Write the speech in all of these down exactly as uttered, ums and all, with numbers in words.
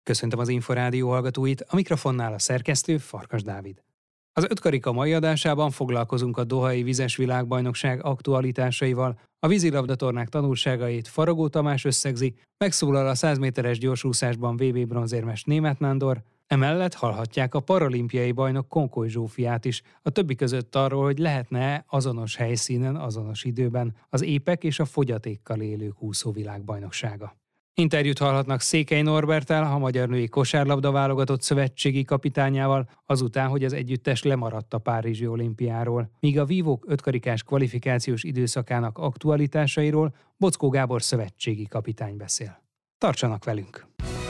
Köszöntöm az Inforádió hallgatóit, a mikrofonnál a szerkesztő Farkas Dávid. Az Ötkarika mai adásában foglalkozunk a dohai vizes világbajnokság aktualitásaival, a vízilabdatornák tanulságait Faragó Tamás összegzi, megszólal a száz méteres gyorsúszásban vé bé bronzérmes Németh Nándor, emellett hallhatják a paralimpiai bajnok Konkoly Zsófiát is, a többi között arról, hogy lehetne azonos helyszínen, azonos időben az épek és a fogyatékkal élők úszó világbajnoksága. Interjút hallhatnak Székely Norberttel, a magyar női kosárlabda válogatott szövetségi kapitányával, azután, hogy az együttes lemaradt a párizsi olimpiáról. Míg a vívók ötkarikás kvalifikációs időszakának aktualitásairól Bockó Gábor szövetségi kapitány beszél. Tartsanak velünk!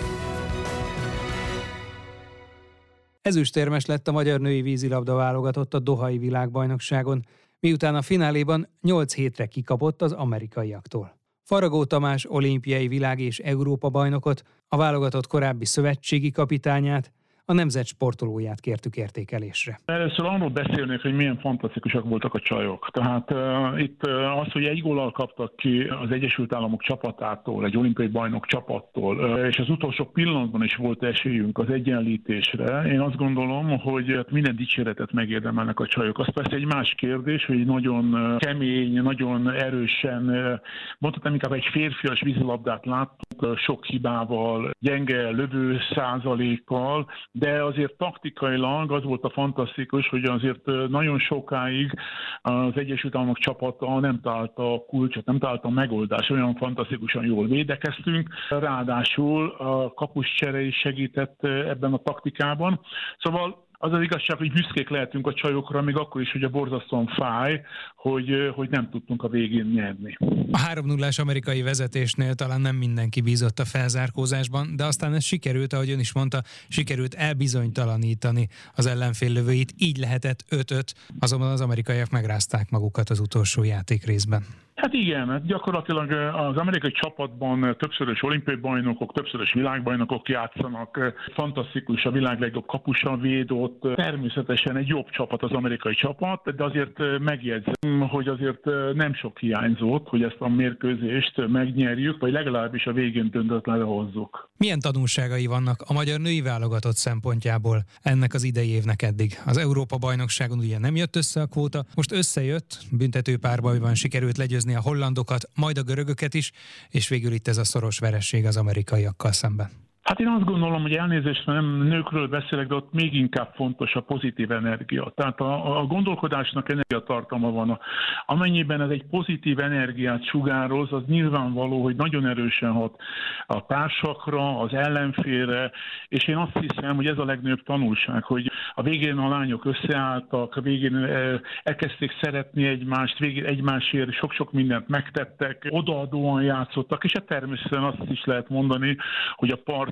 Ezüstérmes lett a magyar női vízilabda válogatott a dohai világbajnokságon, miután a fináléban nyolc hétre kikapott az amerikaiaktól. Faragó Tamás olimpiai világ- és Európa-bajnokot, a válogatott korábbi szövetségi kapitányát, a nemzet sportolóját kértük értékelésre. Először arról beszélnék, hogy milyen fantasztikusak voltak a csajok. Tehát uh, itt uh, az, hogy egy góllal kaptak ki az Egyesült Államok csapatától, egy olimpiai bajnok csapattól, uh, és az utolsó pillanatban is volt esélyünk az egyenlítésre. Én azt gondolom, hogy minden dicséretet megérdemelnek a csajok. Az persze egy más kérdés, hogy nagyon uh, kemény, nagyon erősen, uh, mondhatom inkább egy férfias vízilabdát láttuk, uh, sok hibával, gyenge lövő százalékkal, de azért taktikailag az volt a fantasztikus, hogy azért nagyon sokáig az Egyesült Államok csapata nem találta a kulcsot, nem találta a megoldást, olyan fantasztikusan jól védekeztünk, ráadásul a kapuscsere is segített ebben a taktikában. Szóval az az igazság, hogy büszkék lehetünk a csajokra, még akkor is, hogy a borzasztóan fáj, hogy, hogy nem tudtunk a végén nyerni. A három nullás amerikai vezetésnél talán nem mindenki bízott a felzárkózásban, de aztán ez sikerült, ahogy ön is mondta, sikerült elbizonytalanítani az ellenfél lövőit, így lehetett öt öt, azonban az amerikaiak megrázták magukat az utolsó játékrészben. Hát igen, gyakorlatilag az amerikai csapatban többszörös olimpiai bajnokok, többszörös világbajnokok játszanak, fantasztikus, a világ legjobb kapusa védott, természetesen egy jobb csapat az amerikai csapat, de azért megjegyzem, hogy azért nem sok hiányzott, hogy ezt a mérkőzést megnyerjük, vagy legalábbis a végén döntetlenre hozzuk. Milyen tanulságai vannak a magyar női válogatott szempontjából ennek az idei évnek eddig? Az Európa-bajnokságon ugye nem jött össze a kvóta, most összejött, büntetőpárbajban sikerült legyőzni a hollandokat, majd a görögöket is, és végül itt ez a szoros vereség az amerikaiakkal szemben. Hát én azt gondolom, hogy elnézést, nem nőkről beszélek, de ott még inkább fontos a pozitív energia. Tehát a, a gondolkodásnak energiatartalma van. Amennyiben ez egy pozitív energiát sugároz, az nyilvánvaló, hogy nagyon erősen hat a társakra, az ellenfélre, és én azt hiszem, hogy ez a legnagyobb tanulság, hogy a végén a lányok összeálltak, a végén elkezdték szeretni egymást, végén egymásért sok-sok mindent megtettek, odaadóan játszottak, és hát természetesen azt is lehet mondani, hogy a part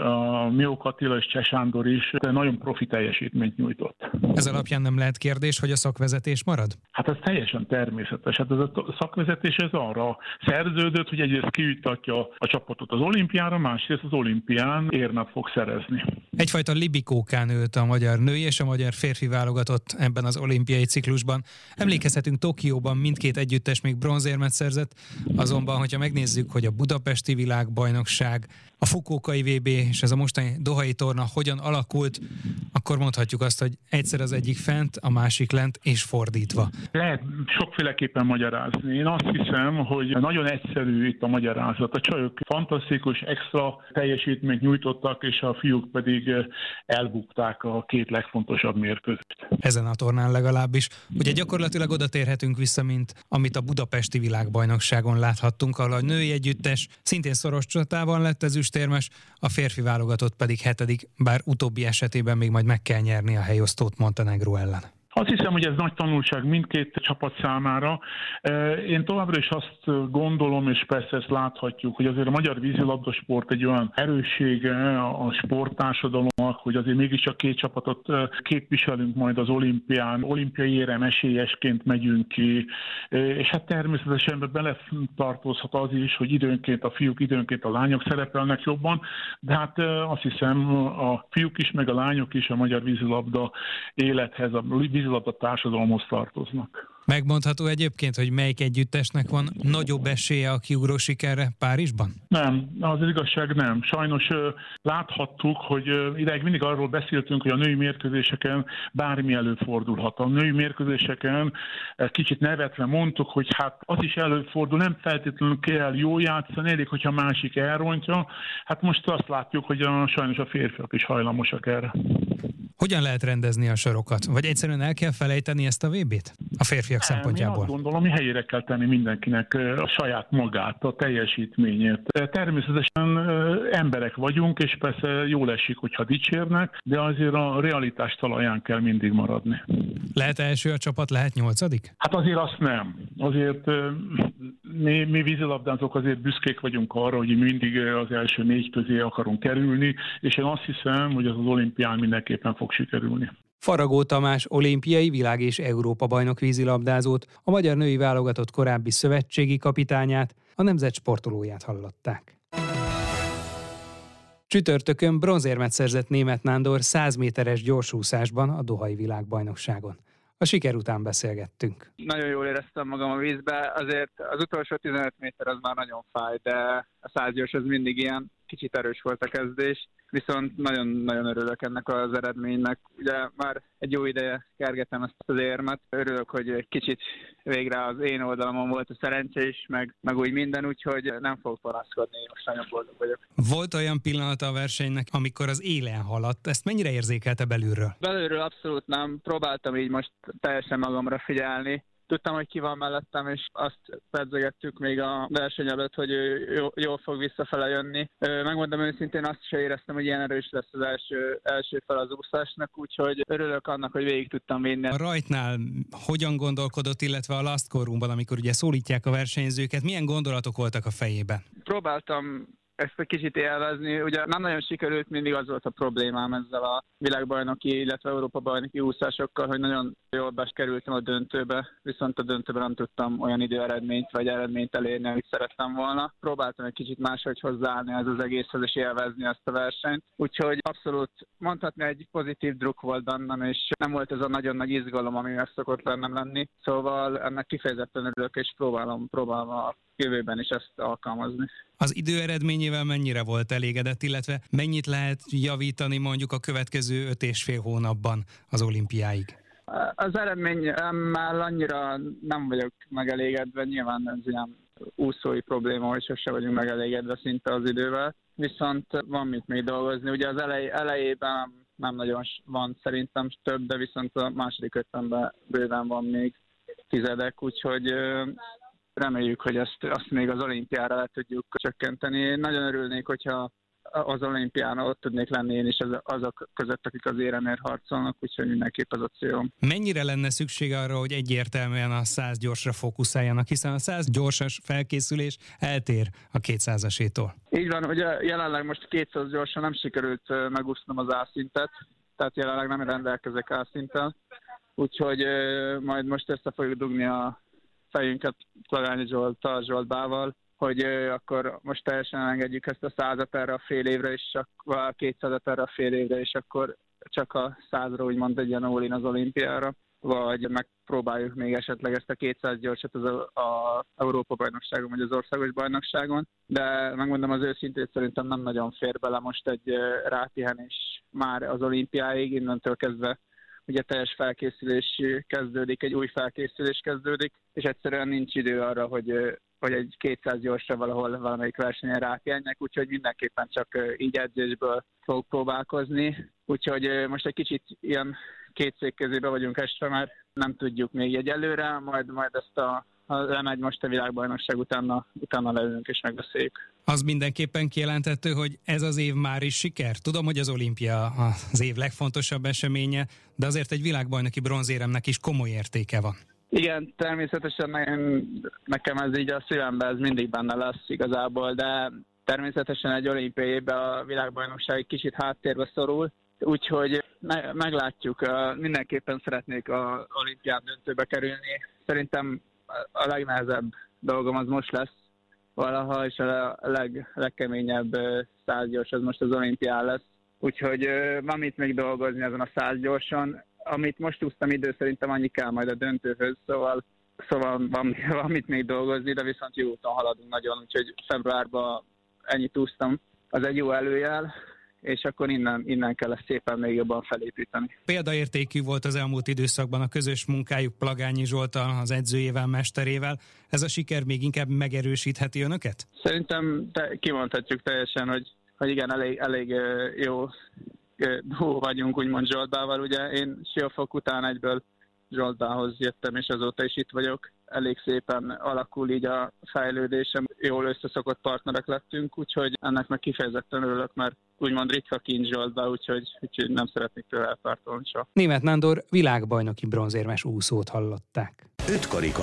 a Miók Attila és Cseh Sándor is nagyon profi teljesítményt nyújtott. Ez alapján nem lehet kérdés, hogy a szakvezetés marad? Hát ez teljesen természetes. Hát ez a szakvezetés ez arra szerződött, hogy egyrészt kijutatja a csapatot az olimpiára, másrészt az olimpián érmet fog szerezni. Egyfajta libikókán ült a magyar női és a magyar férfi válogatott ebben az olimpiai ciklusban. Emlékezhetünk, Tokióban mindkét együttes még bronzérmet szerzett, azonban, hogyha megnézzük, hogy a budapesti világbajnokság, a Fukuokai vé bé és ez a mostani dohai torna hogyan alakult, akkor mondhatjuk azt, hogy egyszer az egyik fent, a másik lent, és fordítva. Lehet sokféleképpen magyarázni. Én azt hiszem, hogy nagyon egyszerű itt a magyarázat. A csajok fantasztikus, extra teljesítményt nyújtottak, és a fiúk pedig elbukták a két legfontosabb mérkőzést. Ezen a tornán legalábbis. Ugye gyakorlatilag oda térhetünk vissza, mint amit a budapesti világbajnokságon láthattunk, ahol a női együttes szintén szoros csatában lett ezüstérmes, a férfi válogatott pedig hetedik, bár utóbbi esetében még majd meg kell nyerni a helyosztót Montenegró ellen. Azt hiszem, hogy ez nagy tanulság mindkét csapat számára. Én továbbra is azt gondolom, és persze ezt láthatjuk, hogy azért a magyar vízilabdasport egy olyan erőssége a sporttársadalomnak, hogy azért mégiscsak két csapatot képviselünk majd az olimpián, olimpiai érem esélyesként megyünk ki, és hát természetesen beletartozhat az is, hogy időnként a fiúk, időnként a lányok szerepelnek jobban, de hát azt hiszem a fiúk is, meg a lányok is a magyar vízilabda élethez, a vízilabda társadalomhoz tartoznak. Megmondható egyébként, hogy melyik együttesnek van nagyobb esélye a kiugró sikerre Párizsban? Nem, az igazság nem. Sajnos láthattuk, hogy ideig mindig arról beszéltünk, hogy a női mérkőzéseken bármi előfordulhat. A női mérkőzéseken kicsit nevetve mondtuk, hogy hát az is előfordul, nem feltétlenül kell jól játszani, elég, hogyha a másik elrontja. Hát most azt látjuk, hogy a, sajnos a férfiak is hajlamosak erre. Hogyan lehet rendezni a sorokat? Vagy egyszerűen el kell felejteni ezt a vé bét? A férfiak Nem, szempontjából. én azt gondolom, hogy helyére kell tenni mindenkinek a saját magát, a teljesítményét. Természetesen emberek vagyunk, és persze jól esik, hogyha dicsérnek, de azért a realitás talaján kell mindig maradni. Lehet első a csapat, lehet nyolcadik? Hát azért azt nem. Azért mi, mi vízilabdázók azért büszkék vagyunk arra, hogy mindig az első négy közé akarunk kerülni, és én azt hiszem, hogy az az olimpián mindenképpen fog sikerülni. Faragó Tamás olimpiai, világ- és Európa-bajnok vízilabdázót, a magyar női válogatott korábbi szövetségi kapitányát, a nemzet sportolóját hallották. Csütörtökön bronzérmet szerzett Németh Nándor száz méteres gyorsúszásban a dohai világbajnokságon. A siker után beszélgettünk. Nagyon jól éreztem magam a vízbe, azért az utolsó tizenöt méter az már nagyon fáj, de a száz gyors az mindig ilyen, kicsit erős volt a kezdés, viszont nagyon-nagyon örülök ennek az eredménynek. Ugye már egy jó ideje kergetem ezt az érmet, örülök, hogy egy kicsit végre az én oldalamon volt a szerencse is, meg, meg úgy minden, úgyhogy nem fogok panaszkodni, most nagyon boldog vagyok. Volt olyan pillanata a versenynek, amikor az élen haladt, ezt mennyire érzékelte belülről? Belülről abszolút nem, próbáltam így most teljesen magamra figyelni. Tudtam, hogy ki van mellettem, és azt pedzegettük még a verseny előtt, hogy ő jól fog visszafele jönni. Megmondom őszintén, azt se éreztem, hogy ilyen erős lesz az első, első fel az úszásnak, úgyhogy örülök annak, hogy végig tudtam vinni. A rajtnál hogyan gondolkodott, illetve a Last Call-ban, amikor ugye szólítják a versenyzőket, milyen gondolatok voltak a fejében? Próbáltam ezt egy kicsit élvezni. Ugye nem nagyon sikerült, mindig az volt a problémám ezzel a világbajnoki, illetve Európa-bajnoki úszásokkal, hogy nagyon jól bekerültem a döntőbe, viszont a döntőben nem tudtam olyan időeredményt vagy eredményt elérni, amit szerettem volna. Próbáltam egy kicsit máshogy hozzáállni ez az egészhez és élvezni ezt a versenyt. Úgyhogy abszolút mondhatni, egy pozitív druk volt bennem, és nem volt ez a nagyon nagy izgalom, ami meg szokott lennem lenni. Szóval ennek kifejezetten örülök, és próbálom, próbálom a jövőben is ezt alkalmazni. Az idő eredményével mennyire volt elégedett, illetve mennyit lehet javítani mondjuk a következő öt és fél hónapban az olimpiáig? Az eredményemmel annyira nem vagyok megelégedve, nyilván ez ilyen úszói probléma, hogy sose vagyunk megelégedve szinte az idővel, viszont van mit még dolgozni. Ugye az elej, elejében nem nagyon van szerintem több, de viszont a második ötvenben bőven van még tizedek, úgyhogy reméljük, hogy ezt azt még az olimpiára le tudjuk csökkenteni. Én nagyon örülnék, hogyha az olimpián ott tudnék lenni én is azok között, akik az éremért harcolnak, úgyhogy mindenképp az a célom. Mennyire lenne szükség arra, hogy egyértelműen a száz gyorsra fókuszáljanak, hiszen a száz gyorsas felkészülés eltér a kétszázasétól? Így van, ugye jelenleg most kétszáz gyorsan nem sikerült megúsznom az A-szintet, tehát jelenleg nem rendelkezek A-szinttel, úgyhogy majd most össze fogjuk dugni a fejünket Plagányi Zsolttal, Zsoltbával, hogy ö, akkor most teljesen engedjük ezt a százat erre a fél évre, és akkor a kétszázat erre a fél évre, és akkor csak a százra úgymond egy ilyen all-in az olimpiára, vagy megpróbáljuk még esetleg ezt a kétszáz gyorsat az a, a Európa-bajnokságon, vagy az országos bajnokságon, de megmondom az őszintét, szerintem nem nagyon fér bele most egy rápihenés már az olimpiáig, innentől kezdve ugye teljes felkészülés kezdődik, egy új felkészülés kezdődik, és egyszerűen nincs idő arra, hogy, hogy egy kétszáz gyorsra valahol valamelyik versenyen rápihenjek, úgyhogy mindenképpen csak így edzésből fogok próbálkozni. Úgyhogy most egy kicsit ilyen két szék közébe vagyunk esve, mert nem tudjuk még egyelőre, majd, majd ezt a ha lemegy most a világbajnokság, utána, utána leülünk és megbeszéljük. Az mindenképpen kijelentető, hogy ez az év már is siker? Tudom, hogy az olimpia az év legfontosabb eseménye, de azért egy világbajnoki bronzéremnek is komoly értéke van. Igen, természetesen nekem ez így a szívemben, ez mindig benne lesz igazából, de természetesen egy olimpiai évben a világbajnokság egy kicsit háttérbe szorul, úgyhogy me- meglátjuk. Mindenképpen szeretnék az olimpián döntőbe kerülni. Szerintem a legnehezebb dolgom az most lesz valaha, és a leg, legkeményebb száz gyors az most az olimpián lesz. Úgyhogy van mit még dolgozni ezen a száz gyorson. Amit most úsztam idő, szerintem annyi kell majd a döntőhöz, szóval Szóval van, van mit még dolgozni, de viszont jó úton haladunk nagyon, úgyhogy februárban ennyit úsztam. Az egy jó előjel, és akkor innen, innen kell ezt szépen még jobban felépíteni. Példaértékű volt az elmúlt időszakban a közös munkájuk Plagányi Zsolttal, az edzőjével, mesterével. Ez a siker még inkább megerősítheti önöket? Szerintem te, kimondhatjuk teljesen, hogy, hogy igen, elég, elég jó duó vagyunk, úgymond Zsoltbával. Ugye én Siófok után egyből Zsoltbához jöttem, és azóta is itt vagyok. Elég szépen alakul így a fejlődésem, jól összeszokott partnerek lettünk, úgyhogy ennek meg kifejezetten örülök, mert úgymond ritka kincs Zsoltba, úgyhogy, úgyhogy nem szeretnék tőle eltartolni soha. Németh Nándor világbajnoki bronzérmes úszót hallották. Ötkarika.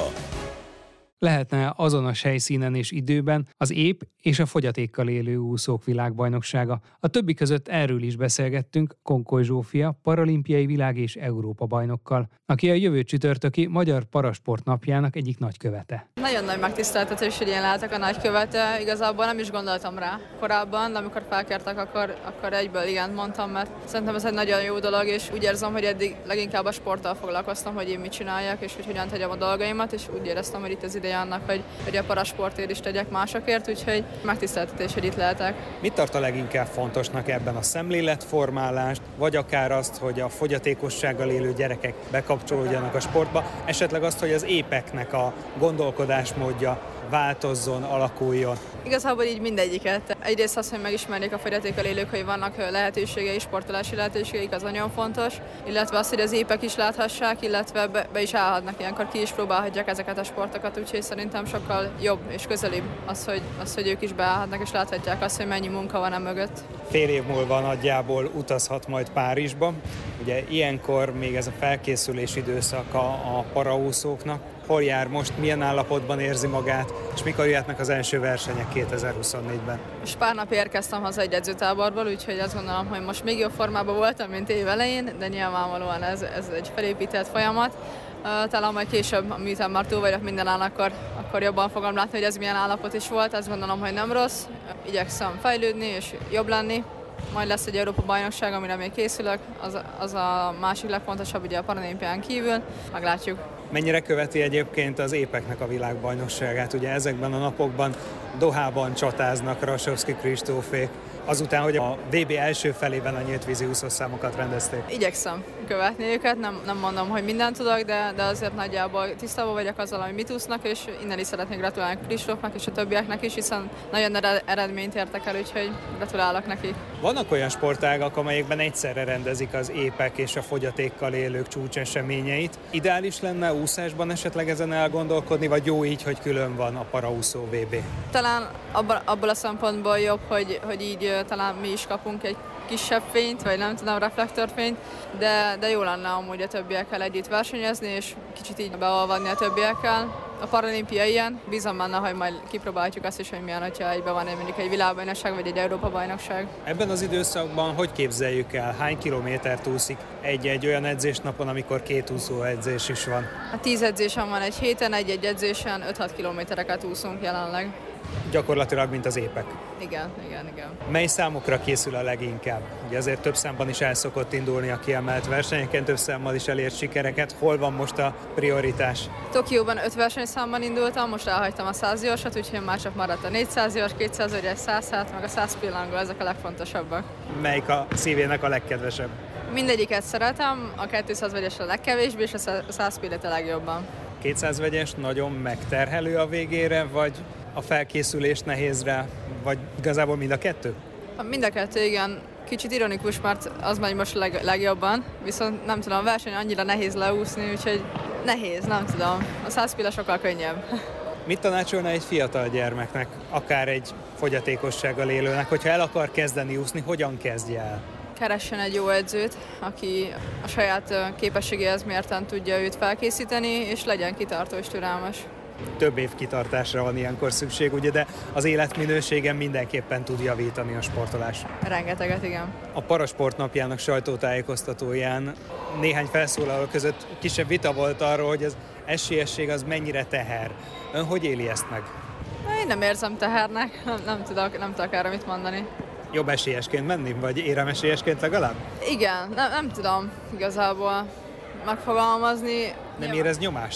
Lehetne azonos helyszínen és időben az ép és a fogyatékkal élő úszók világbajnoksága. A többi között erről is beszélgettünk Konkoly Zsófia, paralimpiai világ- és Európa bajnokkal, aki a jövő csütörtöki Magyar Parasport napjának egyik nagykövete. Nagyon nagy megtiszteltetés, hogy én lehetek a nagykövete. Igazából nem is gondoltam rá korábban, de amikor felkértek, akkor, akkor egyből igent mondtam, mert szerintem ez egy nagyon jó dolog, és úgy érzem, hogy eddig leginkább a sporttal foglalkoztam, hogy én mit csináljak, és hogy hogyan tegyem a dolgaimat, és úgy éreztem, hogy itt az ideje annak, hogy, hogy a parasportért is tegyek másokért, úgyhogy megtiszteltetés, hogy itt lehetek. Mit tart a leginkább fontosnak ebben, a szemléletformálást, vagy akár azt, hogy a fogyatékossággal élő gyerekek bekapcsolódjanak a sportba, esetleg azt, hogy az épeknek a gondolkodásmódja változzon, alakuljon? Igazából így mindegyiket. Egyrészt az, hogy megismerjék a fogyatékkal élők, hogy vannak lehetőségei, sportolási lehetőségeik, az nagyon fontos, illetve az, hogy az épek is láthassák, illetve be, be is állhatnak ilyenkor, ki is próbálhatják ezeket a sportokat, úgyhogy szerintem sokkal jobb és közelibb az, hogy, az, hogy ők is beállhatnak és láthatják azt, hogy mennyi munka van e mögött. Fél év múlva nagyjából utazhat majd Párizsba. Ugye ilyenkor még ez a felkészülés időszaka a paraúszóknak. Hol jár most, milyen állapotban érzi magát, és mikor jöhetnek az első versenyek kétezer-huszonnégyben? Most pár nap érkeztem haza egy edzőtáborból, úgyhogy azt gondolom, hogy most még jobb formában voltam, mint év elején, de nyilvánvalóan ez, ez egy felépített folyamat. Talán majd később, miután már túl vagyok mindenán, akkor, akkor jobban fogom látni, hogy ez milyen állapot is volt. Azt gondolom, hogy nem rossz. Igyekszem fejlődni és jobb lenni. Majd lesz egy Európa-bajnokság, amire még készülök. Az, az a másik legfontosabb ugye a paralimpián kívül. Meglátjuk. Mennyire követi egyébként az épeknek a világbajnokságát? Ugye ezekben a napokban Dohában csatáznak Rasovszky Kristófék, azután, hogy a vé bé első felében a nyílt vízi úszószámokat rendezték. Igyekszem követni őket, nem, nem mondom, hogy mindent tudok, de, de azért nagyjából tisztában vagyok azzal, hogy mit úsznak, és innen is szeretnék gratulálni Kristófnak és a többieknek is, hiszen nagyon eredményt értek el, úgyhogy gratulálok neki. Vannak olyan sportágak, amelyekben egyszerre rendezik az épek és a fogyatékkal élők csúcseseményeit. Ideális lenne úszásban esetleg ezen elgondolkodni, vagy jó így, hogy külön van a paraúszó vé bé? Talán abban, abból a szempontból jobb, hogy, hogy így talán mi is kapunk egy kisebb fényt, vagy nem tudom, reflektorfényt, de, de jó lenne amúgy a többiekkel együtt versenyezni, és kicsit így beolvadni a többiekkel. A paralimpia ilyen, bízom benne, hogy majd kipróbáljuk azt is, hogy milyen, hogyha egyben van egy, mondjuk egy világbajnokság, vagy egy Európa-bajnokság. Ebben az időszakban hogy képzeljük el? Hány kilométert úszik egy-egy olyan edzésnapon, amikor két úszó edzés is van? A tíz edzésem van egy héten, egy-egy edzésen öt-hat kilométereket úszunk jelenleg. Gyakorlatilag, mint az épek. Igen, igen, igen. Mely számokra készül a leginkább? Ugye azért több számban is el szokott indulni a kiemelt versenyeken, több számmal is elért sikereket. Hol van most a prioritás? Tokióban öt versenyszámban indultam, most elhagytam a száz gyorsat, úgyhogy már csak maradt a négyszáz gyors, kétszáz egy száz hát, meg a száz pillangó, ezek a legfontosabbak. Melyik a szívének a legkedvesebb? Mindegyiket szeretem, a kétszáz vegyes a legkevésbé, és a száz pillet a legjobban. kétszáz vegyes nagyon megterhelő a végére, vagy a felkészülés nehéz rá, vagy igazából mind a kettő? Mind a kettő, igen. Kicsit ironikus, mert az megy most leg, legjobban, viszont nem tudom, a verseny annyira nehéz leúszni, úgyhogy nehéz, nem tudom. A száz pilla sokkal könnyebb. Mit tanácsolna egy fiatal gyermeknek, akár egy fogyatékossággal élőnek, hogyha el akar kezdeni úszni, hogyan kezdje el? Keressen egy jó edzőt, aki a saját képességéhez mérten tudja őt felkészíteni, és legyen kitartó és türelmes. Több év kitartásra van ilyenkor szükség, ugye, de az életminőségen mindenképpen tud javítani a sportolás. Rengeteget, igen. A Parasport napjának sajtótájékoztatóján néhány felszólaló között kisebb vita volt arról, hogy az esélyesség az mennyire teher. Ön hogy éli ezt meg? Én nem érzem tehernek, nem, nem, tudok, nem tudok erre mit mondani. Jobb esélyesként menni, vagy éremesélyesként legalább? Igen, nem, nem tudom igazából megfogalmazni. Nem érez nyomást?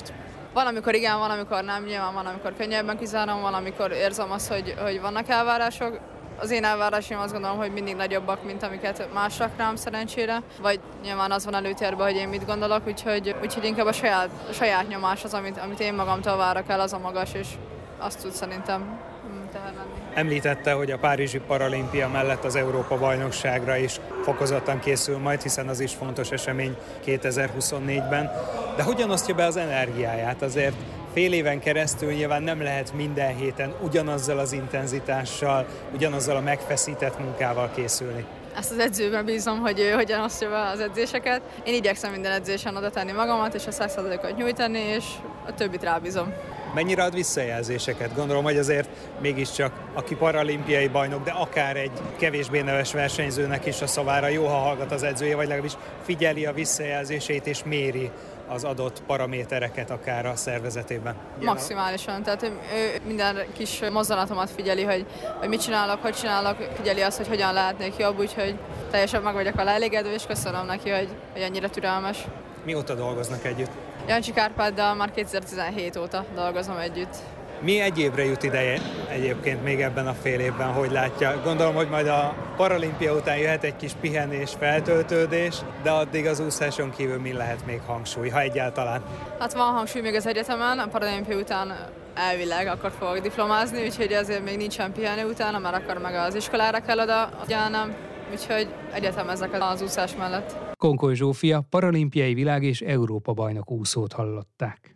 Van, amikor igen, van, amikor nem, nyilván van, amikor könnyebben kizárom, van, amikor érzem azt, hogy, hogy vannak elvárások. Az én elvárásaim azt gondolom, hogy mindig nagyobbak, mint amiket mások rám szerencsére. Vagy nyilván az van előtérben, hogy én mit gondolok, úgyhogy, úgyhogy inkább a saját, a saját nyomás az, amit, amit én magamtól várok el, az a magas, és azt tud szerintem teher lenni. Említette, hogy a Párizsi Paralimpia mellett az Európa-bajnokságra is fokozottan készül majd, hiszen az is fontos esemény kétezer-huszonnégyben. De hogyan osztja be az energiáját? Azért fél éven keresztül nyilván nem lehet minden héten ugyanazzal az intenzitással, ugyanazzal a megfeszített munkával készülni. Ezt az edzőben bízom, hogy ő hogyan osztja be az edzéseket. Én igyekszem minden edzésen oda tenni magamat, és a száz százalékot nyújtani, és a többit rábízom. Mennyire ad visszajelzéseket? Gondolom, hogy azért mégiscsak aki paralimpiai bajnok, de akár egy kevésbé neves versenyzőnek is a szavára jó, ha hallgat az edzője, vagy legalábbis figyeli a visszajelzését és méri az adott paramétereket akár a szervezetében. Maximálisan, tehát ő minden kis mozzanatomat figyeli, hogy, hogy mit csinálok, hogy csinálok, figyeli azt, hogy hogyan lehetnék jobb, úgyhogy teljesen meg vagyok vele elégedve, és köszönöm neki, hogy, hogy ennyire türelmes. Mióta dolgoznak együtt? Jancsi Kárpáddal már kétezer-tizenhét óta dolgozom együtt. Mi egyébre jut ideje egyébként még ebben a fél évben, hogy látja? Gondolom, hogy majd a paralimpia után jöhet egy kis pihenés, feltöltődés, de addig az úszáson kívül mi lehet még hangsúly, ha egyáltalán? Hát van hangsúly még az egyetemen, a paralimpia után elvileg akkor fogok diplomázni, úgyhogy azért még nincsen pihenő utána, mert akkor meg az iskolára kell oda gyálnom, úgyhogy egyetemezek az úszás mellett. Konkoly Zsófia, paralimpiai világ- és Európa-bajnok úszót hallották.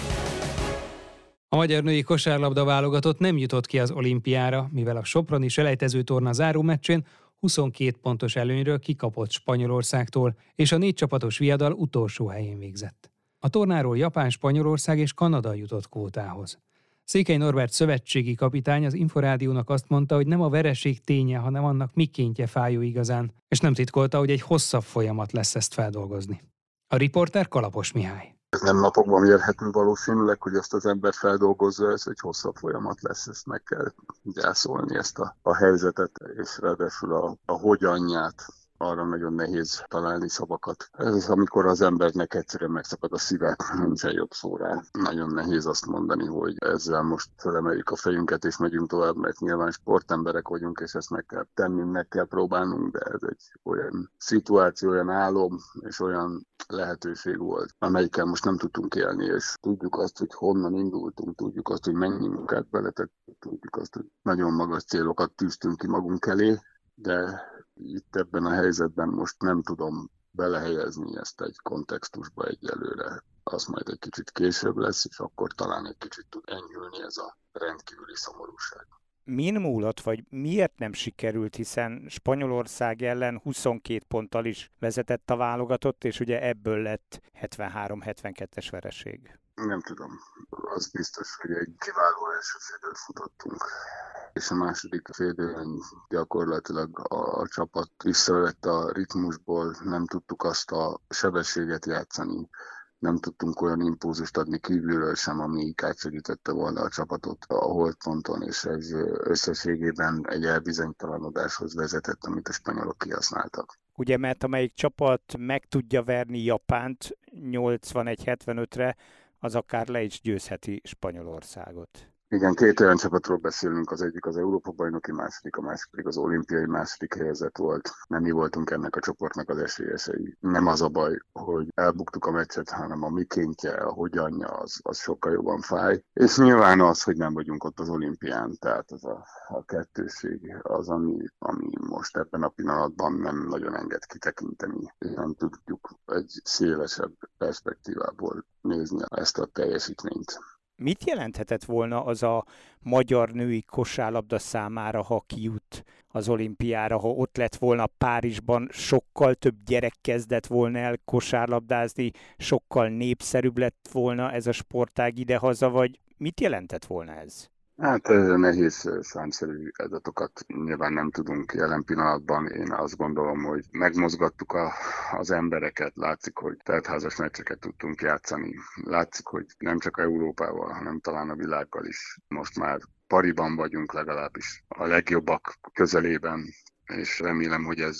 A magyar női kosárlabda válogatott nem jutott ki az olimpiára, mivel a soproni selejtezőtorna záró meccsén huszonkét pontos előnyről kikapott Spanyolországtól, és a négy csapatos viadal utolsó helyén végzett. A tornáról Japán, Spanyolország és Kanada jutott kvótához. Székely Norbert szövetségi kapitány az Inforádiónak azt mondta, hogy nem a vereség ténye, hanem annak mikéntje fájó igazán, és nem titkolta, hogy egy hosszabb folyamat lesz ezt feldolgozni. A riporter Kalapos Mihály. Ez nem napokban mérhető valószínűleg, hogy ezt az ember feldolgozza, ez egy hosszabb folyamat lesz, ezt meg kell gyászolni, ezt a, a helyzetet, és ráadásul a, a hogyanját, arra nagyon nehéz találni szavakat. Ez amikor az embernek egyszerűen megszakad a szíve, nincsen jobb szó rá. Nagyon nehéz azt mondani, hogy ezzel most felemeljük a fejünket és megyünk tovább, mert nyilván sportemberek vagyunk, és ezt meg kell tenni, meg kell próbálnunk, de ez egy olyan szituáció, olyan álom és olyan lehetőség volt, amelyikkel most nem tudtunk élni, és tudjuk azt, hogy honnan indultunk, tudjuk azt, hogy mennyi munkát beletettünk, tudjuk azt, hogy nagyon magas célokat tűztünk ki magunk elé, de itt ebben a helyzetben most nem tudom belehelyezni ezt egy kontextusba egyelőre. Az majd egy kicsit később lesz, és akkor talán egy kicsit tud enyhülni ez a rendkívüli szomorúság. Min múlott, vagy miért nem sikerült, hiszen Spanyolország ellen huszonkét ponttal is vezetett a válogatott, és ugye ebből lett hetvenhárom hetvenkettes vereség. Nem tudom. Az biztos, hogy egy kiváló első félidőt futottunk. És a második félidőn gyakorlatilag a, a csapat visszavett a ritmusból, nem tudtuk azt a sebességet játszani, nem tudtunk olyan impulzust adni kívülről sem, ami átsegítette volna a csapatot a holdponton, és ez összességében egy elbizonytalanodáshoz vezetett, amit a spanyolok kihasználtak. Ugye, mert amelyik csapat meg tudja verni Japánt nyolcvanegy hetvenötre, az akár le is győzheti Spanyolországot. Igen, két olyan csapatról beszélünk, az egyik az Európa-bajnoki, második, a másik pedig az olimpiai második helyezett volt. Nem mi voltunk ennek a csoportnak az esélyesei. Nem az a baj, hogy elbuktuk a meccset, hanem a mikéntje, a hogyanja, az, az sokkal jobban fáj. És nyilván az, hogy nem vagyunk ott az olimpián, tehát az a, a kettőség az, ami, ami most ebben a pillanatban nem nagyon enged kitekinteni. Nem tudjuk egy szélesebb perspektívából nézni ezt a teljesítményt. Mit jelenthetett volna az a magyar női kosárlabda számára, ha kijut az olimpiára, ha ott lett volna Párizsban, sokkal több gyerek kezdett volna el kosárlabdázni, sokkal népszerűbb lett volna ez a sportág idehaza, vagy mit jelentett volna ez? Hát nehéz számszerű adatokat nyilván nem tudunk jelen pillanatban. Én azt gondolom, hogy megmozgattuk a, az embereket, látszik, hogy teltházas meccseket tudtunk játszani. Látszik, hogy nem csak Európával, hanem talán a világgal is most már pariban vagyunk legalábbis a legjobbak közelében, és remélem, hogy ez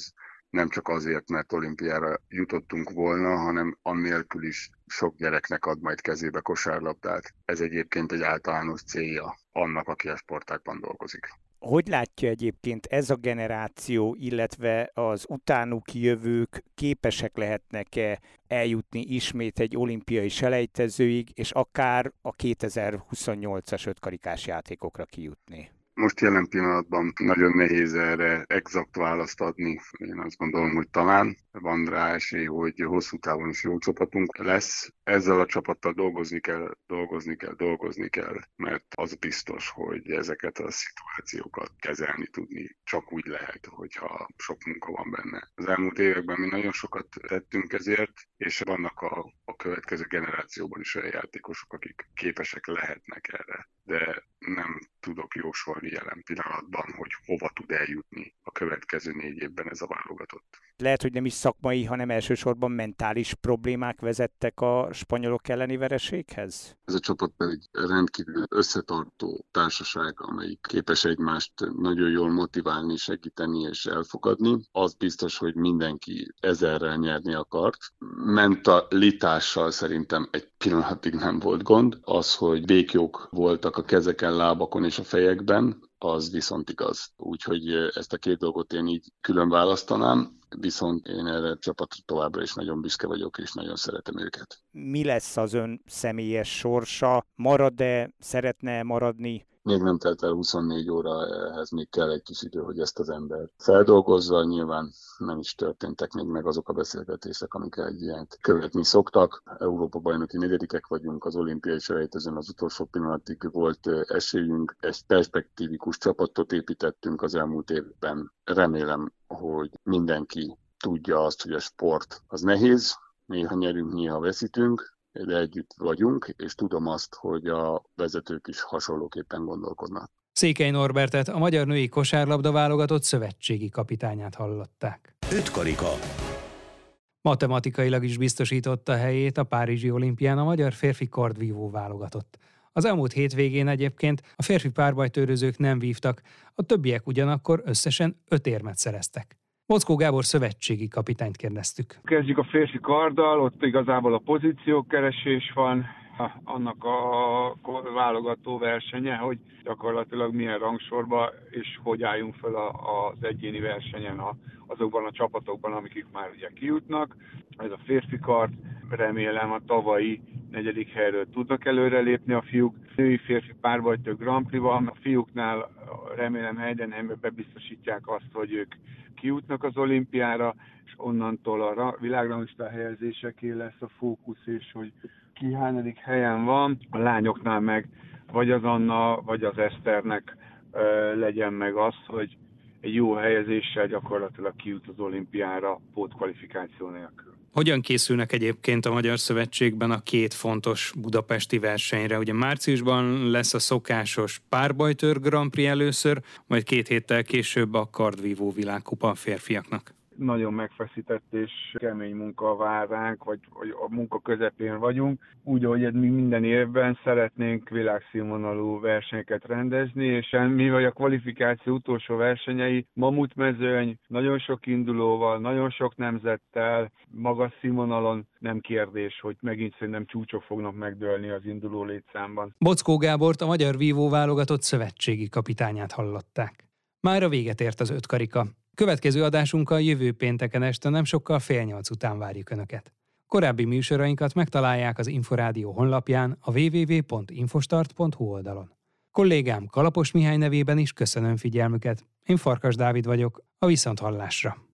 nem csak azért, mert olimpiára jutottunk volna, hanem annélkül is sok gyereknek ad majd kezébe kosárlabdát. Ez egyébként egy általános célja annak, aki a sportágban dolgozik. Hogy látja egyébként ez a generáció, illetve az utánuk jövők képesek lehetnek-e eljutni ismét egy olimpiai selejtezőig, és akár a kétezer-huszonnyolcas ötkarikás játékokra kijutni? Most jelen pillanatban nagyon nehéz erre exakt választ adni. Én azt gondolom, hogy talán van rá esély, hogy hosszú távon is jó csapatunk lesz. Ezzel a csapattal dolgozni kell, dolgozni kell, dolgozni kell, mert az biztos, hogy ezeket a szituációkat kezelni tudni csak úgy lehet, hogyha sok munka van benne. Az elmúlt években mi nagyon sokat tettünk ezért, és vannak a, a következő generációban is olyan játékosok, akik képesek lehetnek erre, de nem tudok jósolni jelen pillanatban, hogy hova tud eljutni a következő négy évben ez a válogatott. Lehet, hogy nem is szakmai, hanem elsősorban mentális problémák vezettek a spanyolok elleni vereséghez? Ez a csapat pedig rendkívül összetartó társaság, amelyik képes egymást nagyon jól motiválni, segíteni és elfogadni. Az biztos, hogy mindenki ezerrel nyerni akart. Mentalitással szerintem egy pillanatig nem volt gond. Az, hogy békjók voltak a kezeken, lábakon és a fejekben, az viszont igaz. Úgyhogy ezt a két dolgot én így külön választanám, viszont én erre a csapatra továbbra is nagyon büszke vagyok, és nagyon szeretem őket. Mi lesz az ön személyes sorsa? Marad-e, szeretne maradni? Még nem telt el huszonnégy óra, ehhez még kell egy kis idő, hogy ezt az ember feldolgozza. Nyilván nem is történtek még meg azok a beszélgetések, amik egy ilyent követni szoktak. Európa-bajnoki negyedikek vagyunk, az olimpiai selejtezőn az utolsó pillanatig volt esélyünk. Egy perspektívikus csapatot építettünk az elmúlt évben. Remélem, hogy mindenki tudja azt, hogy a sport az nehéz, néha nyerünk, néha veszítünk, de együtt vagyunk, és tudom azt, hogy a vezetők is hasonlóképpen gondolkodnak. Székely Norbertet, a magyar női kosárlabda válogatott szövetségi kapitányát hallották. Ötkarika. Matematikailag is biztosította helyét a párizsi olimpián a magyar férfi kardvívó válogatott. Az elmúlt hétvégén egyébként a férfi párbajtőrözők nem vívtak, a többiek ugyanakkor összesen öt érmet szereztek. Bockó Gábor szövetségi kapitányt kérdeztük. Kezdjük a férfi karddal, ott igazából a pozíciókeresés van, annak a válogató versenye, hogy gyakorlatilag milyen rangsorba és hogy álljunk fel az egyéni versenyen azokban a csapatokban, amik már ugye kijutnak. Ez a férfi kard, remélem a tavalyi negyedik helyről tudnak előrelépni a fiúk. Női férfi párbajtő Grand Prix-ban, a fiúknál remélem Heidenheimben bebiztosítják azt, hogy ők kijutnak az olimpiára, és onnantól a világranglista helyezéseké lesz a fókusz, és hogy ki hányadik helyen van. A lányoknál meg vagy az Anna, vagy az Eszternek ö, legyen meg az, hogy egy jó helyezéssel gyakorlatilag kijut az olimpiára pótkvalifikáció nélkül. Hogyan készülnek egyébként a Magyar Szövetségben a két fontos budapesti versenyre? Ugye márciusban lesz a szokásos párbajtőr Grand Prix először, majd két héttel később a kardvívó világkupa a férfiaknak. Nagyon megfeszített és kemény munka vár ránk, vagy, vagy a munka közepén vagyunk. Úgy, hogy mi minden évben szeretnénk világszínvonalú versenyeket rendezni, és mi vagy a kvalifikáció utolsó versenyei, mamutmezőny, nagyon sok indulóval, nagyon sok nemzettel, magas színvonalon, nem kérdés, hogy megint szerintem csúcsok fognak megdőlni az induló létszámban. Bockó Gábort, a magyar vívó válogatott szövetségi kapitányát hallották. Mára véget ért az ötkarika. Következő adásunkkal jövő pénteken este nem sokkal fél nyolc után várjuk Önöket. Korábbi műsorainkat megtalálják az Inforádió honlapján, a double-u double-u double-u pont infostart pont hu oldalon. Kollégám Kalapos Mihály nevében is köszönöm figyelmüket. Én Farkas Dávid vagyok, a viszonthallásra.